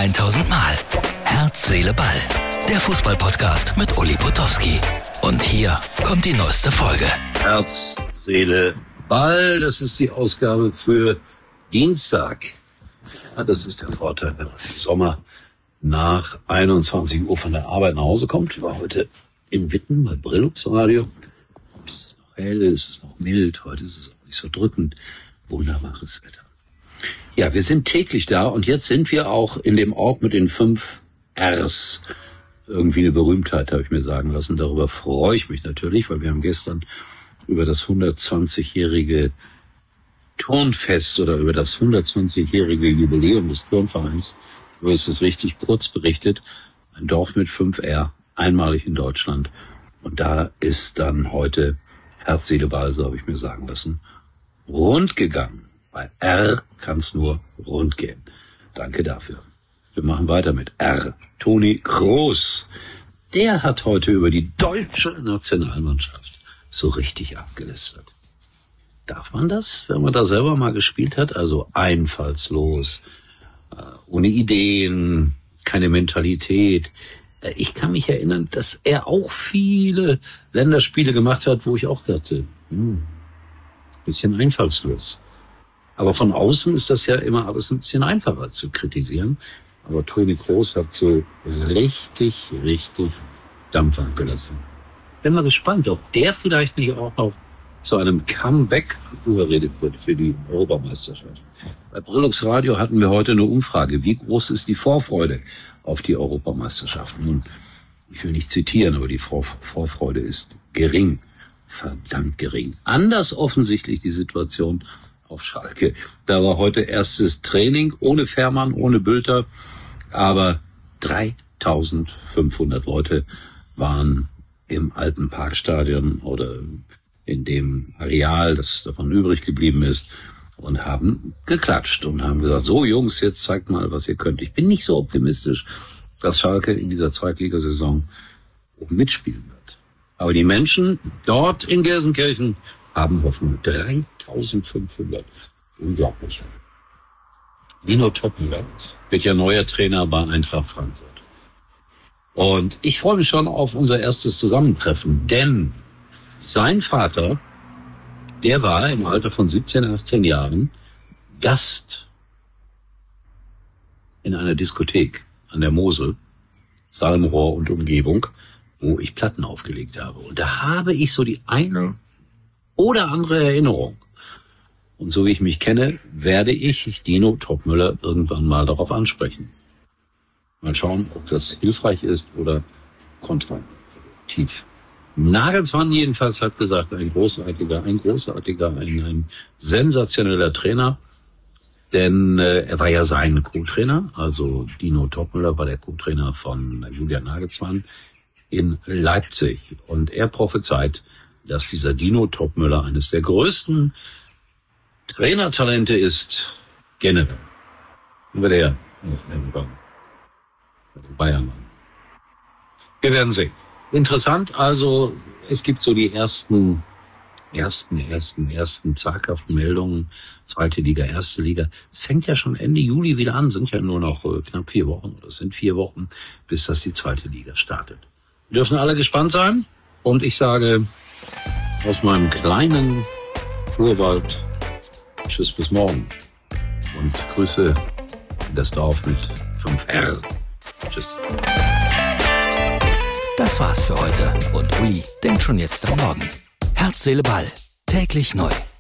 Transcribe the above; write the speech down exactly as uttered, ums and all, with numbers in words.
tausend Mal. Herz, Seele, Ball. Der Fußball-Podcast mit Uli Potowski. Und hier kommt die neueste Folge. Herz, Seele, Ball. Das ist die Ausgabe für Dienstag. Ja, das ist der Vorteil, wenn man im Sommer nach einundzwanzig Uhr von der Arbeit nach Hause kommt. Ich war heute in Witten bei Brillux Radio. Es ist noch hell, es ist noch mild. Heute ist es auch nicht so drückend. Wunderbares Wetter. Ja, wir sind täglich da und jetzt sind wir auch in dem Ort mit den fünf R's. Irgendwie eine Berühmtheit, habe ich mir sagen lassen. Darüber freue ich mich natürlich, weil wir haben gestern über das hundertzwanzigjährige Turnfest oder über das hundertzwanzigjährige Jubiläum des Turnvereins, so ist es richtig kurz berichtet, ein Dorf mit fünf R, einmalig in Deutschland. Und da ist dann heute Herz, Seele, Ball, so habe ich mir sagen lassen, rund gegangen. Bei R kann es nur rund gehen. Danke dafür. Wir machen weiter mit R. Toni Kroos. Der hat heute über die deutsche Nationalmannschaft so richtig abgelästert. Darf man das, wenn man da selber mal gespielt hat? Also einfallslos, ohne Ideen, keine Mentalität. Ich kann mich erinnern, dass er auch viele Länderspiele gemacht hat, wo ich auch dachte, hm, bisschen einfallslos. Aber von außen ist das ja immer alles ein bisschen einfacher zu kritisieren. Aber Toni Kroos hat so richtig, richtig Dampf abgelassen. Bin mal gespannt, ob der vielleicht nicht auch noch zu einem Comeback überredet wird für die Europameisterschaft. Bei Brillux Radio hatten wir heute eine Umfrage. Wie groß ist die Vorfreude auf die Europameisterschaft? Nun, ich will nicht zitieren, aber die Vorfreude ist gering. Verdammt gering. Anders offensichtlich die Situation auf Schalke. Da war heute erstes Training, ohne Fährmann, ohne Bülter, aber dreitausendfünfhundert Leute waren im alten Parkstadion oder in dem Areal, das davon übrig geblieben ist, und haben geklatscht und haben gesagt, so Jungs, jetzt zeigt mal, was ihr könnt. Ich bin nicht so optimistisch, dass Schalke in dieser Zweitligasaison mitspielen wird. Aber die Menschen dort in Gelsenkirchen haben Hoffnung. dreitausendfünfhundert. Unglaublich. Dino Toppmöller wird ja neuer Trainer bei Eintracht Frankfurt. Und ich freue mich schon auf unser erstes Zusammentreffen, denn sein Vater, der war im Alter von siebzehn, achtzehn Jahren Gast in einer Diskothek an der Mosel, Salmrohr und Umgebung, wo ich Platten aufgelegt habe. Und da habe ich so die eine oder andere Erinnerung. Und so wie ich mich kenne, werde ich Dino Toppmöller irgendwann mal darauf ansprechen. Mal schauen, ob das hilfreich ist oder kontraproduktiv. Nagelsmann jedenfalls hat gesagt, ein großartiger, ein großartiger, ein, ein sensationeller Trainer. Denn äh, er war ja sein Co-Trainer, also Dino Toppmöller war der Co-Trainer von Julian Nagelsmann in Leipzig. Und er prophezeit, dass dieser Dino Toppmöller eines der größten Trainertalente ist, generell. Über der Bayern. Wir werden sehen. Interessant, also es gibt so die ersten, ersten, ersten, ersten zaghaften Meldungen, zweite Liga, erste Liga. Es fängt ja schon Ende Juli wieder an, sind ja nur noch äh, knapp vier Wochen, oder es sind vier Wochen, bis das die zweite Liga startet. Wir dürfen alle gespannt sein und ich sage aus meinem kleinen Urwald tschüss bis morgen und Grüße in das Dorf mit fünf R. Tschüss. Das war's für heute und Uli denkt schon jetzt am Morgen. Herz, Seele, Ball. Täglich neu.